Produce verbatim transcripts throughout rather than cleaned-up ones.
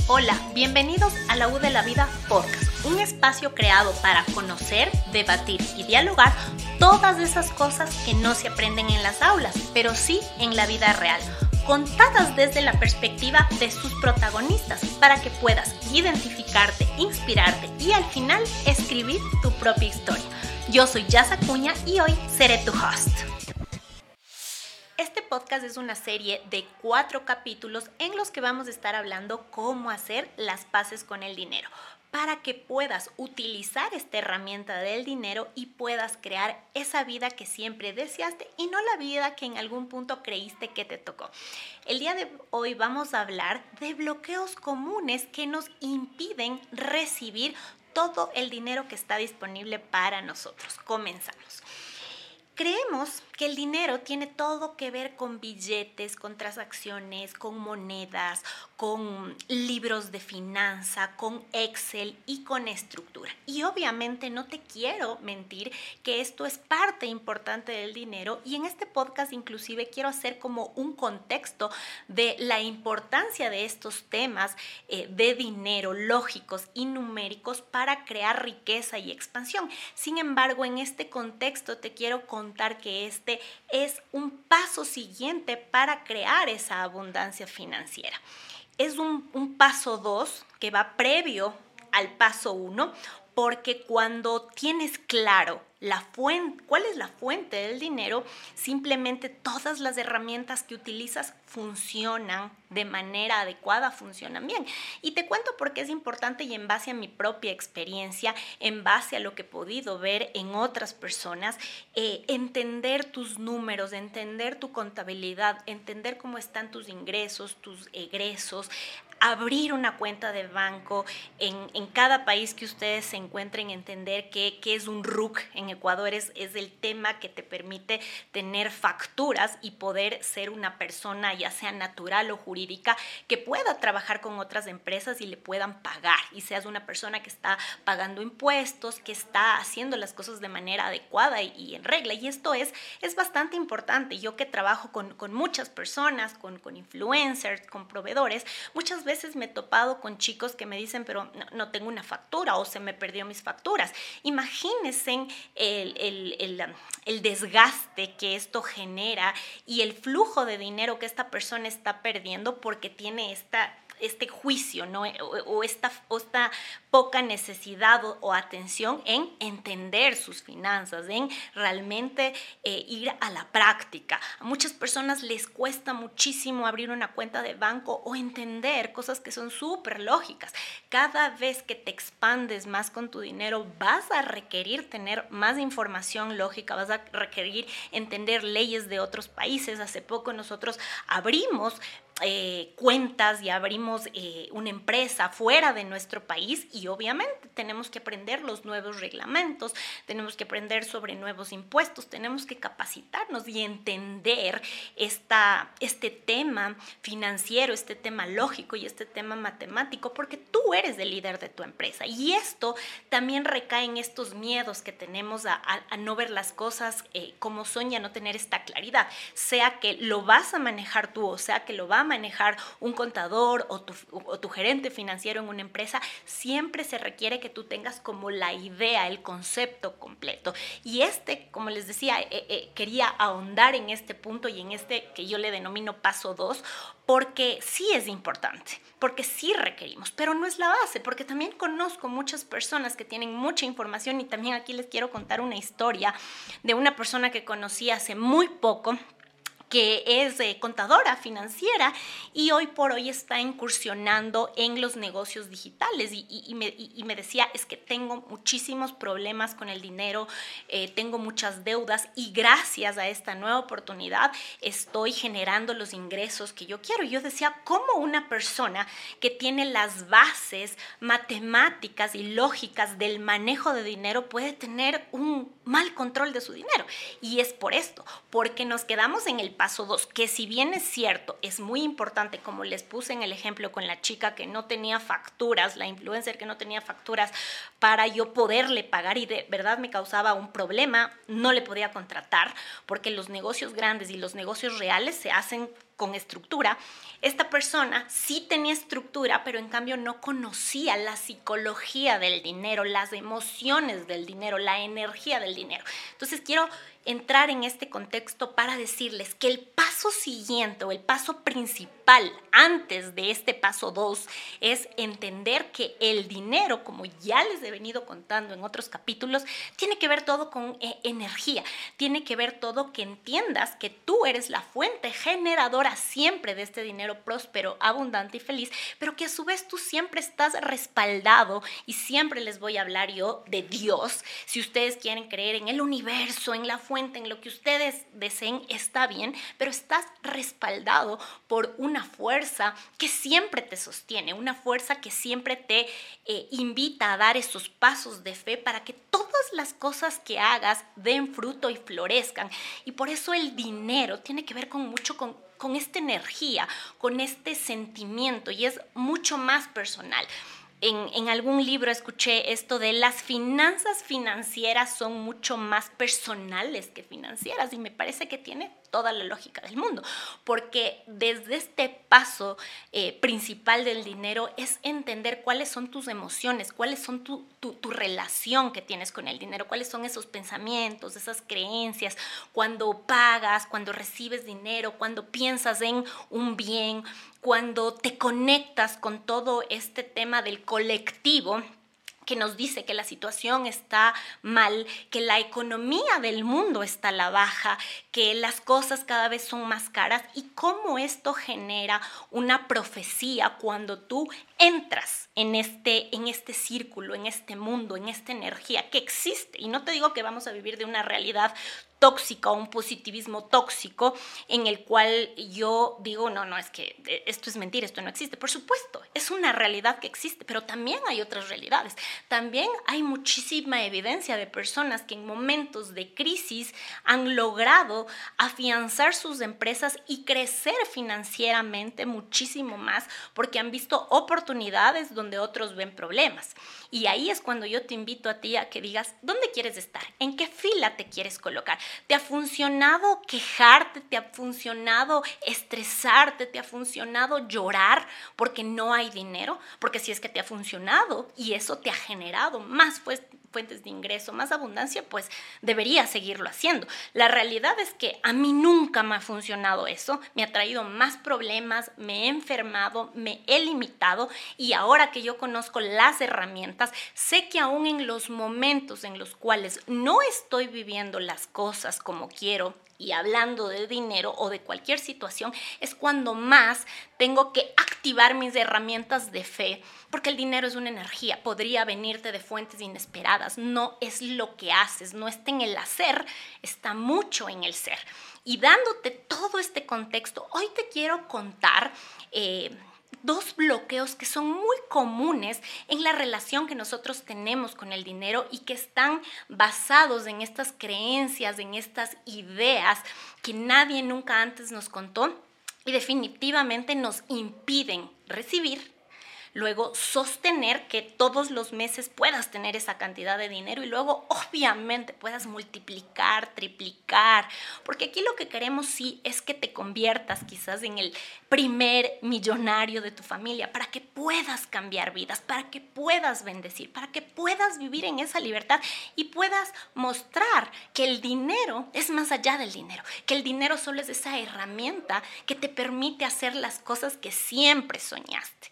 Hola, bienvenidos a La U de la Vida Podcast, un espacio creado para conocer, debatir y dialogar todas esas cosas que no se aprenden en las aulas, pero sí en la vida real, contadas desde la perspectiva de sus protagonistas, para que puedas identificarte, inspirarte y al final escribir tu propia historia. Yo soy Jazz Acuña y hoy seré tu host. Este podcast es una serie de cuatro capítulos en los que vamos a estar hablando cómo hacer las paces con el dinero, para que puedas utilizar esta herramienta del dinero y puedas crear esa vida que siempre deseaste y no la vida que en algún punto creíste que te tocó. El día de hoy vamos a hablar de bloqueos comunes que nos impiden recibir todo el dinero que está disponible para nosotros. Comenzamos. Creemos que el dinero tiene todo que ver con billetes, con transacciones, con monedas, con libros de finanza, con Excel y con estructura. Y obviamente no te quiero mentir que esto es parte importante del dinero, y en este podcast inclusive quiero hacer como un contexto de la importancia de estos temas eh, de dinero lógicos y numéricos para crear riqueza y expansión. Sin embargo, en este contexto te quiero contar que este es un paso siguiente para crear esa abundancia financiera. Es un, un paso dos que va previo al paso uno, porque cuando tienes claro la fuente, cuál es la fuente del dinero, simplemente todas las herramientas que utilizas funcionan de manera adecuada, funcionan bien. Y te cuento por qué es importante, y en base a mi propia experiencia, en base a lo que he podido ver en otras personas, eh, entender tus números, entender tu contabilidad, entender cómo están tus ingresos, tus egresos, abrir una cuenta de banco en, en cada país que ustedes se encuentren, entender qué es un R U C en Ecuador, es, es el tema que te permite tener facturas y poder ser una persona, ya sea natural o jurídica, que pueda trabajar con otras empresas y le puedan pagar, y seas una persona que está pagando impuestos, que está haciendo las cosas de manera adecuada y, y en regla. Y esto es, es bastante importante. Yo que trabajo con, con muchas personas, con, con influencers, con proveedores, muchas veces me he topado con chicos que me dicen, pero no, no tengo una factura o se me perdió mis facturas. Imagínense el, el, el, el desgaste que esto genera y el flujo de dinero que esta persona está perdiendo porque tiene esta... este juicio, ¿no? o, o, esta, o esta poca necesidad o, o atención en entender sus finanzas, en realmente eh, ir a la práctica. A muchas personas les cuesta muchísimo abrir una cuenta de banco o entender cosas que son súper lógicas. Cada vez que te expandes más con tu dinero, vas a requerir tener más información lógica, vas a requerir entender leyes de otros países. Hace poco nosotros abrimos Eh, cuentas y abrimos eh, una empresa fuera de nuestro país, y obviamente tenemos que aprender los nuevos reglamentos, tenemos que aprender sobre nuevos impuestos, tenemos que capacitarnos y entender esta, este tema financiero, este tema lógico y este tema matemático, porque tú eres el líder de tu empresa. Y esto también recae en estos miedos que tenemos a, a, a no ver las cosas eh, como son y a no tener esta claridad, sea que lo vas a manejar tú o sea que lo va a manejar un contador o tu, o tu gerente financiero en una empresa. Siempre se requiere que tú tengas como la idea, el concepto completo. Y este, como les decía, eh, eh, quería ahondar en este punto y en este que yo le denomino paso dos, porque sí es importante, porque sí requerimos, pero no es la base, porque también conozco muchas personas que tienen mucha información, y también aquí les quiero contar una historia de una persona que conocí hace muy poco, que es eh, contadora financiera y hoy por hoy está incursionando en los negocios digitales, y, y, y, me, y, y me decía, es que tengo muchísimos problemas con el dinero, eh, tengo muchas deudas, y gracias a esta nueva oportunidad estoy generando los ingresos que yo quiero. Y yo decía, ¿cómo una persona que tiene las bases matemáticas y lógicas del manejo de dinero puede tener un mal control de su dinero? Y es por esto, porque nos quedamos en el paso dos, que si bien es cierto, es muy importante, como les puse en el ejemplo con la chica que no tenía facturas, la influencer que no tenía facturas para yo poderle pagar, y de verdad me causaba un problema, no le podía contratar, porque los negocios grandes y los negocios reales se hacen con estructura, esta persona sí tenía estructura, pero en cambio no conocía la psicología del dinero, las emociones del dinero, la energía del dinero. Entonces quiero entrar en este contexto para decirles que el paso siguiente o el paso principal antes de este paso dos es entender que el dinero, como ya les he venido contando en otros capítulos, tiene que ver todo con eh, energía, tiene que ver todo que entiendas que tú eres la fuente generadora siempre de este dinero próspero, abundante y feliz, pero que a su vez tú siempre estás respaldado, y siempre les voy a hablar yo de Dios. Si ustedes quieren creer en el universo, en la fuente, en lo que ustedes deseen, está bien, pero estás respaldado por una fuerza que siempre te sostiene, una fuerza que siempre te eh, invita a dar esos pasos de fe para que todas las cosas que hagas den fruto y florezcan. Y por eso el dinero tiene que ver con mucho con, con esta energía, con este sentimiento, y es mucho más personal. En, en algún libro escuché esto de las finanzas financieras son mucho más personales que financieras, y me parece que tiene toda la lógica del mundo, porque desde este paso eh, principal del dinero es entender cuáles son tus emociones, cuáles son tu, tu, tu relación que tienes con el dinero, cuáles son esos pensamientos, esas creencias, cuando pagas, cuando recibes dinero, cuando piensas en un bien, cuando te conectas con todo este tema del colectivo que nos dice que la situación está mal, que la economía del mundo está a la baja, que las cosas cada vez son más caras, y cómo esto genera una profecía cuando tú entras en este, en este círculo, en este mundo, en esta energía que existe. Y no te digo que vamos a vivir de una realidad tóxica o un positivismo tóxico en el cual yo digo, no, no, es que esto es mentira, esto no existe. Por supuesto, es una realidad que existe, pero también hay otras realidades. También hay muchísima evidencia de personas que en momentos de crisis han logrado afianzar sus empresas y crecer financieramente muchísimo más porque han visto oportunidades donde otros ven problemas. Y ahí es cuando yo te invito a ti a que digas, ¿dónde quieres estar? ¿En qué fila te quieres colocar? ¿Te ha funcionado quejarte? ¿Te ha funcionado estresarte? ¿Te ha funcionado llorar porque no hay dinero? Porque si es que te ha funcionado y eso te ha generado más pues, fuentes de ingreso, más abundancia, pues deberías seguirlo haciendo. La realidad es que a mí nunca me ha funcionado eso, me ha traído más problemas, me he enfermado, me he limitado, y ahora que yo conozco las herramientas, sé que aún en los momentos en los cuales no estoy viviendo las cosas como quiero, y hablando de dinero o de cualquier situación, es cuando más tengo que activar mis herramientas de fe, porque el dinero es una energía, podría venirte de fuentes inesperadas, no es lo que haces, no está en el hacer, está mucho en el ser. Y dándote todo este contexto, hoy te quiero contar eh, dos bloqueos que son muy comunes en la relación que nosotros tenemos con el dinero y que están basados en estas creencias, en estas ideas que nadie nunca antes nos contó y definitivamente nos impiden recibir, luego sostener que todos los meses puedas tener esa cantidad de dinero y luego obviamente puedas multiplicar, triplicar, porque aquí lo que queremos sí es que te conviertas quizás en el primer millonario de tu familia, para que puedas cambiar vidas, para que puedas bendecir, para que puedas vivir en esa libertad y puedas mostrar que el dinero es más allá del dinero, que el dinero solo es esa herramienta que te permite hacer las cosas que siempre soñaste.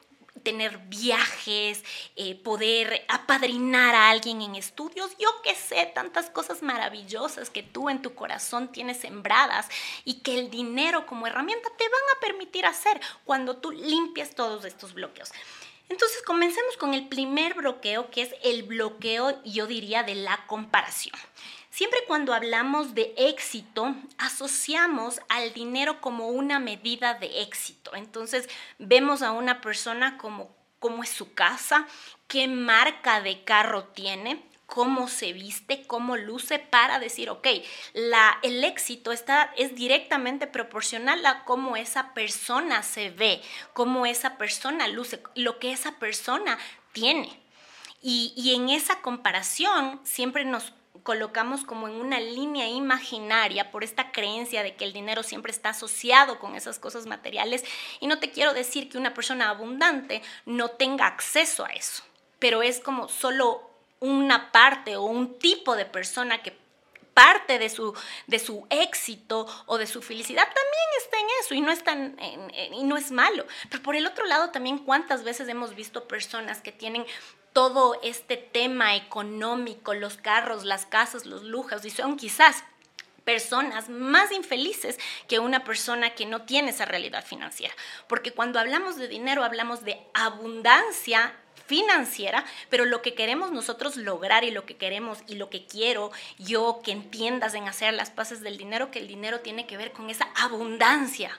Tener viajes, eh, poder apadrinar a alguien en estudios, yo qué sé, tantas cosas maravillosas que tú en tu corazón tienes sembradas y que el dinero como herramienta te van a permitir hacer cuando tú limpias todos estos bloqueos. Entonces comencemos con el primer bloqueo, que es el bloqueo, yo diría, de la comparación. Siempre cuando hablamos de éxito, asociamos al dinero como una medida de éxito. Entonces vemos a una persona como cómo es su casa, qué marca de carro tiene, cómo se viste, cómo luce, para decir, ok, la, el éxito está, es directamente proporcional a cómo esa persona se ve, cómo esa persona luce, lo que esa persona tiene. Y, y en esa comparación siempre nos colocamos como en una línea imaginaria por esta creencia de que el dinero siempre está asociado con esas cosas materiales. Y no te quiero decir que una persona abundante no tenga acceso a eso, pero es como solo una parte o un tipo de persona que parte de su, de su éxito o de su felicidad también está en eso, y no es tan, en, en, y no es malo. Pero por el otro lado también, ¿cuántas veces hemos visto personas que tienen todo este tema económico, los carros, las casas, los lujos, y son quizás personas más infelices que una persona que no tiene esa realidad financiera? Porque cuando hablamos de dinero hablamos de abundancia financiera, pero lo que queremos nosotros lograr y lo que queremos y lo que quiero yo que entiendas en hacer las paces del dinero, que el dinero tiene que ver con esa abundancia,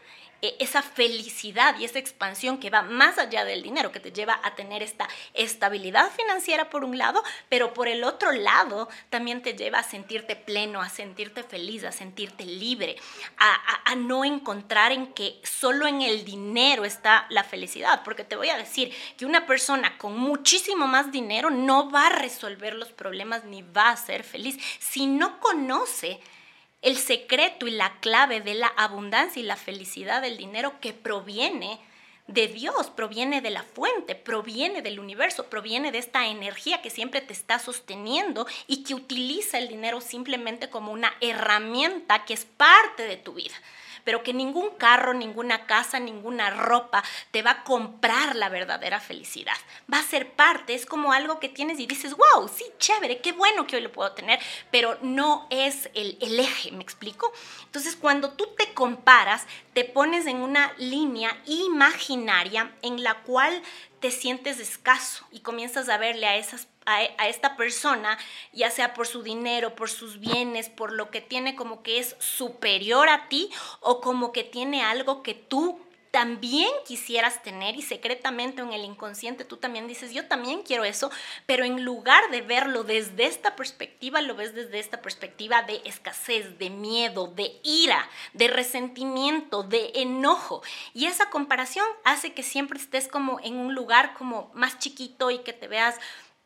esa felicidad y esa expansión que va más allá del dinero, que te lleva a tener esta estabilidad financiera por un lado, pero por el otro lado también te lleva a sentirte pleno, a sentirte feliz, a sentirte libre, a, a, a no encontrar en que solo en el dinero está la felicidad. Porque te voy a decir que una persona con muchísimo más dinero no va a resolver los problemas ni va a ser feliz si no conoce el secreto y la clave de la abundancia y la felicidad del dinero, que proviene de Dios, proviene de la fuente, proviene del universo, proviene de esta energía que siempre te está sosteniendo y que utiliza el dinero simplemente como una herramienta que es parte de tu vida. Pero que ningún carro, ninguna casa, ninguna ropa te va a comprar la verdadera felicidad. Va a ser parte, es como algo que tienes y dices, wow, sí, chévere, qué bueno que hoy lo puedo tener, pero no es el, el eje, ¿me explico? Entonces, cuando tú te comparas, te pones en una línea imaginaria en la cual te sientes escaso y comienzas a verle a esas A, a esta persona, ya sea por su dinero, por sus bienes, por lo que tiene, como que es superior a ti, o como que tiene algo que tú también quisieras tener, y secretamente en el inconsciente tú también dices, yo también quiero eso, pero en lugar de verlo desde esta perspectiva, lo ves desde esta perspectiva de escasez, de miedo, de ira, de resentimiento, de enojo. Y esa comparación hace que siempre estés como en un lugar como más chiquito y que te veas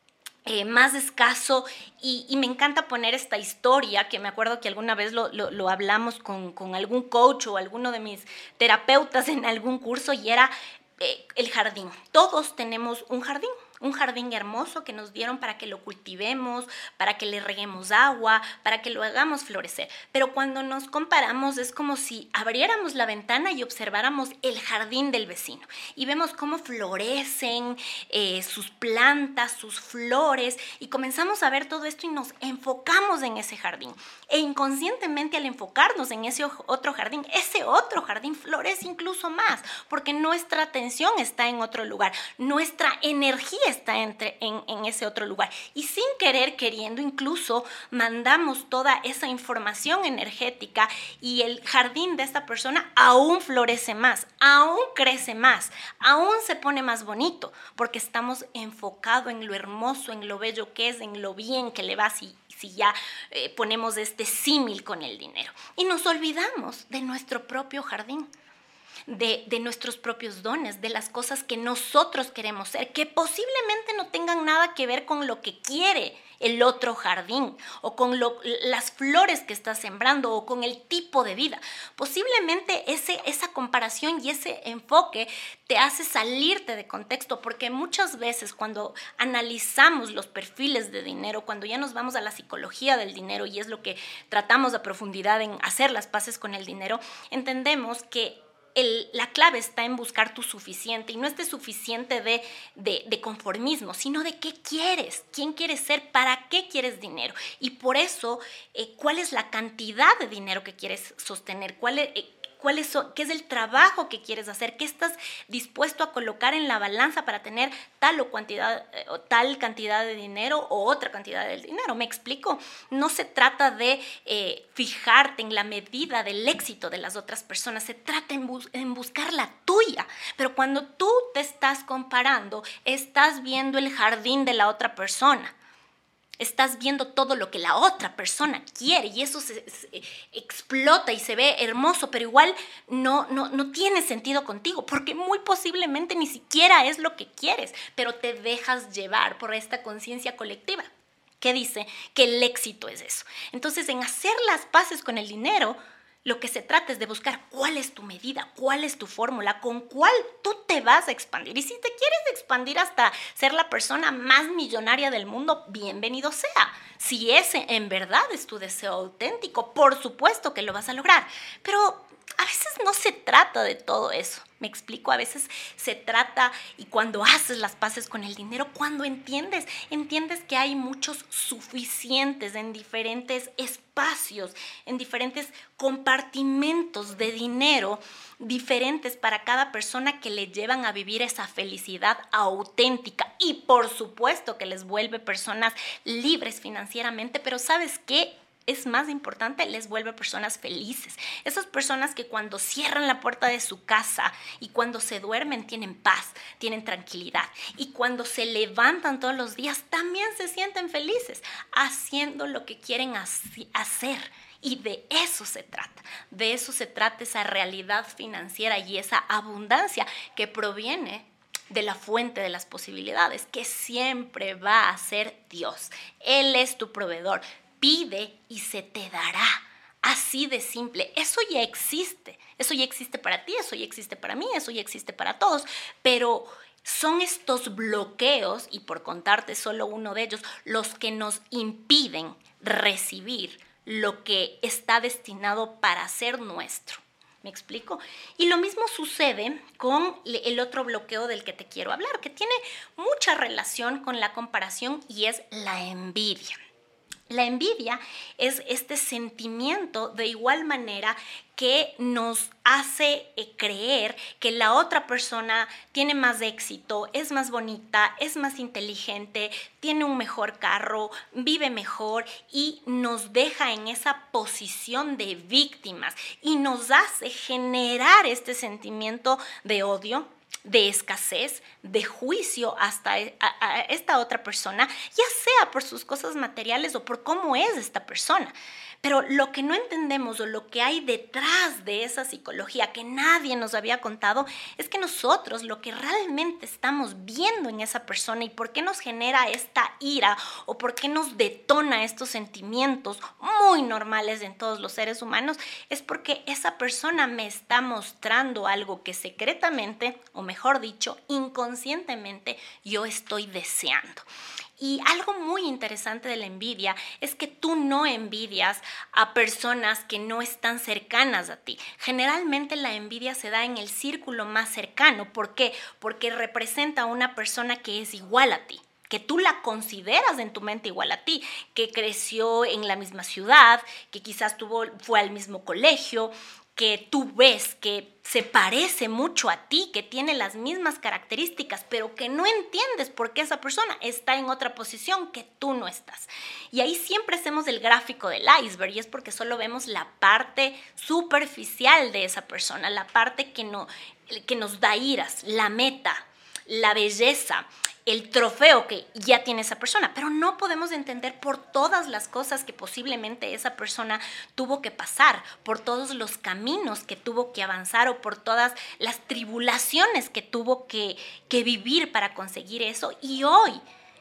Eh, más escaso. Y, y me encanta poner esta historia, que me acuerdo que alguna vez lo, lo, lo hablamos con, con algún coach o alguno de mis terapeutas en algún curso, y era eh, el jardín. Todos tenemos un jardín, un jardín hermoso que nos dieron para que lo cultivemos, para que le reguemos agua, para que lo hagamos florecer. Pero cuando nos comparamos es como si abriéramos la ventana y observáramos el jardín del vecino y vemos cómo florecen eh, sus plantas, sus flores, y comenzamos a ver todo esto y nos enfocamos en ese jardín. E inconscientemente, al enfocarnos en ese otro jardín, ese otro jardín florece incluso más, porque nuestra atención está en otro lugar, nuestra energía está entre, en, en ese otro lugar, y sin querer queriendo incluso mandamos toda esa información energética, y el jardín de esta persona aún florece más, aún crece más, aún se pone más bonito, porque estamos enfocados en lo hermoso, en lo bello que es, en lo bien que le va, si, si ya eh, ponemos este símil con el dinero, y nos olvidamos de nuestro propio jardín. De, de nuestros propios dones, de las cosas que nosotros queremos ser, que posiblemente no tengan nada que ver con lo que quiere el otro jardín, o con lo, las flores que estás sembrando, o con el tipo de vida. Posiblemente ese, esa comparación y ese enfoque te hace salirte de contexto, porque muchas veces cuando analizamos los perfiles de dinero, cuando ya nos vamos a la psicología del dinero, y es lo que tratamos a profundidad en hacer las paces con el dinero, entendemos que El, la clave está en buscar tu suficiente, y no este suficiente de, de, de conformismo, sino de qué quieres, quién quieres ser, para qué quieres dinero, y por eso eh, cuál es la cantidad de dinero que quieres sostener, cuál es, eh, cuál es, qué es el trabajo que quieres hacer, qué estás dispuesto a colocar en la balanza para tener tal o, cantidad, eh, o tal cantidad de dinero o otra cantidad de dinero. ¿Me explico? No se trata de eh, fijarte en la medida del éxito de las otras personas, se trata en, bus en buscar la tuya. Pero cuando tú te estás comparando, estás viendo el jardín de la otra persona. Estás viendo todo lo que la otra persona quiere, y eso se, se explota y se ve hermoso, pero igual no, no, no tiene sentido contigo, porque muy posiblemente ni siquiera es lo que quieres, pero te dejas llevar por esta conciencia colectiva. que dice que el éxito es eso. Entonces, en hacer las paces con el dinero, lo que se trata es de buscar cuál es tu medida, cuál es tu fórmula, con cuál tú te vas a expandir. Y si te quieres expandir hasta ser la persona más millonaria del mundo, bienvenido sea. Si ese en verdad es tu deseo auténtico, por supuesto que lo vas a lograr. Pero a veces no se trata de todo eso. Me explico, a veces se trata, y cuando haces las paces con el dinero, cuando entiendes, entiendes que hay muchos suficientes en diferentes espacios, en diferentes compartimentos de dinero diferentes para cada persona que le llevan a vivir esa felicidad auténtica y por supuesto que les vuelve personas libres financieramente, pero ¿sabes qué? Es más importante, les vuelve personas felices. Esas personas que cuando cierran la puerta de su casa y cuando se duermen tienen paz, tienen tranquilidad. Y cuando se levantan todos los días también se sienten felices haciendo lo que quieren hacer. Y de eso se trata. De eso se trata esa realidad financiera y esa abundancia que proviene de la fuente de las posibilidades, que siempre va a ser Dios. Él es tu proveedor. Pide y se te dará. Así de simple. Eso ya existe. Eso ya existe para ti, eso ya existe para mí, eso ya existe para todos. Pero son estos bloqueos, y por contarte solo uno de ellos, los que nos impiden recibir lo que está destinado para ser nuestro. ¿Me explico? Y lo mismo sucede con el otro bloqueo del que te quiero hablar, que tiene mucha relación con la comparación y es la envidia. La envidia es este sentimiento de igual manera que nos hace creer que la otra persona tiene más éxito, es más bonita, es más inteligente, tiene un mejor carro, vive mejor y nos deja en esa posición de víctimas y nos hace generar este sentimiento de odio, de escasez, de juicio hasta a, a esta otra persona, ya sea por sus cosas materiales o por cómo es esta persona. Pero lo que no entendemos o lo que hay detrás de esa psicología que nadie nos había contado es que nosotros lo que realmente estamos viendo en esa persona y por qué nos genera esta ira o por qué nos detona estos sentimientos muy normales en todos los seres humanos es porque esa persona me está mostrando algo que secretamente, o mejor dicho, inconscientemente yo estoy deseando. Y algo muy interesante de la envidia es que tú no envidias a personas que no están cercanas a ti. Generalmente la envidia se da en el círculo más cercano. ¿Por qué? Porque representa a una persona que es igual a ti, que tú la consideras en tu mente igual a ti, que creció en la misma ciudad, que quizás tuvo, fue al mismo colegio, que tú ves que se parece mucho a ti, que tiene las mismas características, pero que no entiendes por qué esa persona está en otra posición que tú no estás. Y ahí siempre hacemos el gráfico del iceberg y es porque solo vemos la parte superficial de esa persona, la parte que, no, que nos da iras, la meta, la belleza, el trofeo que ya tiene esa persona, pero no podemos entender por todas las cosas que posiblemente esa persona tuvo que pasar, por todos los caminos que tuvo que avanzar o por todas las tribulaciones que tuvo que, que vivir para conseguir eso. Y hoy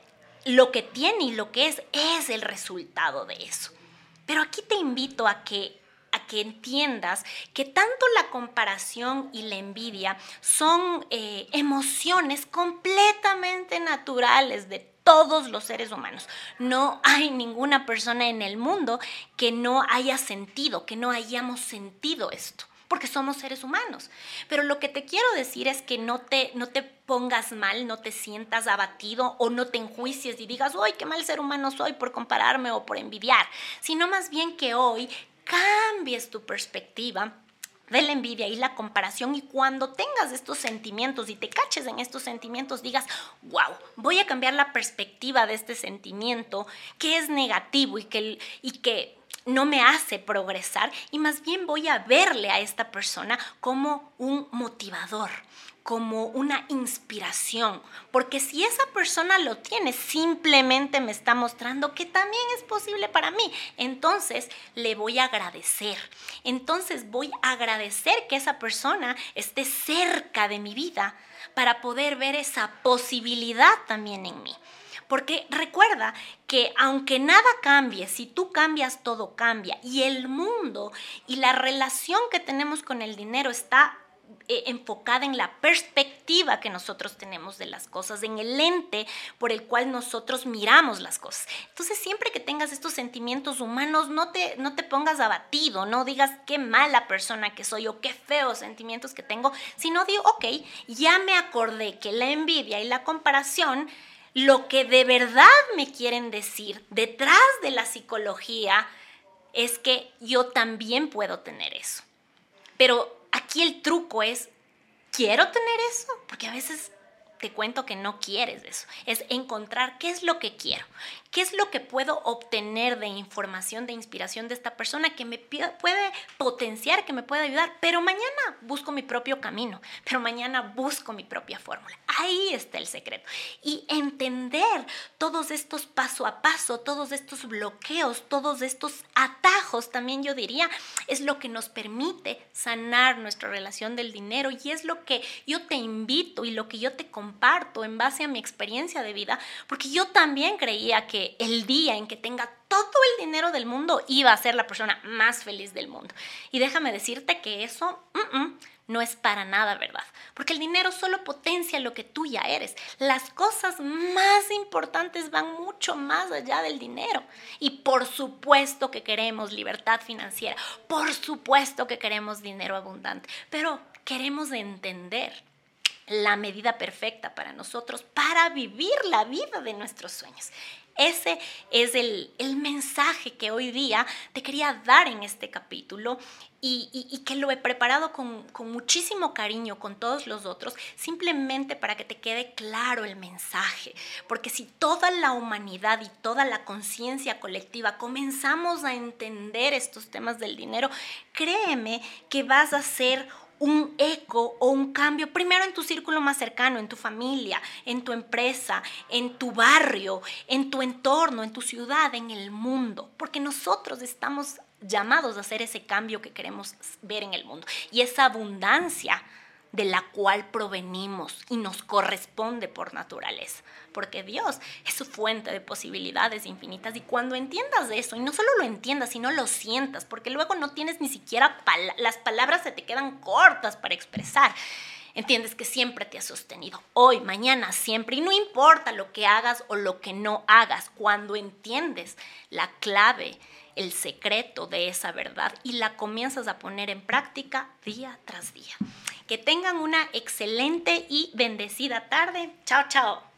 lo que tiene y lo que es es el resultado de eso. Pero aquí te invito a que a que entiendas que tanto la comparación y la envidia son eh, emociones completamente naturales de todos los seres humanos. No hay ninguna persona en el mundo que no haya sentido, que no hayamos sentido esto, porque somos seres humanos. Pero lo que te quiero decir es que no te, no te pongas mal, no te sientas abatido o no te enjuicies y digas, ¡ay, qué mal ser humano soy por compararme o por envidiar! Sino más bien que hoy cambies tu perspectiva de la envidia y la comparación y cuando tengas estos sentimientos y te caches en estos sentimientos digas, wow, voy a cambiar la perspectiva de este sentimiento que es negativo y que, y que no me hace progresar y más bien voy a verle a esta persona como un motivador, como una inspiración, porque si esa persona lo tiene, simplemente me está mostrando que también es posible para mí, entonces le voy a agradecer, entonces voy a agradecer que esa persona esté cerca de mi vida para poder ver esa posibilidad también en mí. Porque recuerda que aunque nada cambie, si tú cambias, todo cambia. Y el mundo y la relación que tenemos con el dinero está eh, enfocada en la perspectiva que nosotros tenemos de las cosas, en el lente por el cual nosotros miramos las cosas. Entonces, siempre que tengas estos sentimientos humanos, no te, no te pongas abatido, no digas qué mala persona que soy o qué feos sentimientos que tengo, sino digo, ok, ya me acordé que la envidia y la comparación, lo que de verdad me quieren decir detrás de la psicología es que yo también puedo tener eso. Pero aquí el truco es, ¿quiero tener eso? Porque a veces te cuento que no quieres eso. Es encontrar qué es lo que quiero, qué es lo que puedo obtener de información, de inspiración de esta persona que me puede potenciar, que me puede ayudar. Pero mañana busco mi propio camino, pero mañana busco mi propia fórmula. Ahí está el secreto. Y entender todos estos paso a paso, todos estos bloqueos, todos estos atajos, también yo diría, es lo que nos permite sanar nuestra relación del dinero, y es lo que yo te invito y lo que yo te comparto en base a mi experiencia de vida, porque yo también creía que el día en que tenga todo el dinero del mundo iba a ser la persona más feliz del mundo. Y déjame decirte que eso uh -uh, no es para nada verdad, porque el dinero solo potencia lo que tú ya eres. Las cosas más importantes van mucho más allá del dinero. Y por supuesto que queremos libertad financiera, por supuesto que queremos dinero abundante, pero queremos entender la medida perfecta para nosotros, para vivir la vida de nuestros sueños. Ese es el, el mensaje que hoy día te quería dar en este capítulo, y, y, y que lo he preparado con, con muchísimo cariño con todos los otros, simplemente para que te quede claro el mensaje. Porque si toda la humanidad y toda la conciencia colectiva comenzamos a entender estos temas del dinero, créeme que vas a ser un eco o un cambio, primero en tu círculo más cercano, en tu familia, en tu empresa, en tu barrio, en tu entorno, en tu ciudad, en el mundo, porque nosotros estamos llamados a hacer ese cambio que queremos ver en el mundo, y esa abundancia de la cual provenimos y nos corresponde por naturaleza, porque Dios es su fuente de posibilidades infinitas. Y cuando entiendas eso, y no solo lo entiendas, sino lo sientas, porque luego no tienes ni siquiera pal- las palabras se te quedan cortas para expresar, entiendes que siempre te has sostenido, hoy, mañana, siempre, y no importa lo que hagas o lo que no hagas. Cuando entiendes la clave, el secreto de esa verdad, y la comienzas a poner en práctica día tras día. Que tengan una excelente y bendecida tarde. Chao, chao.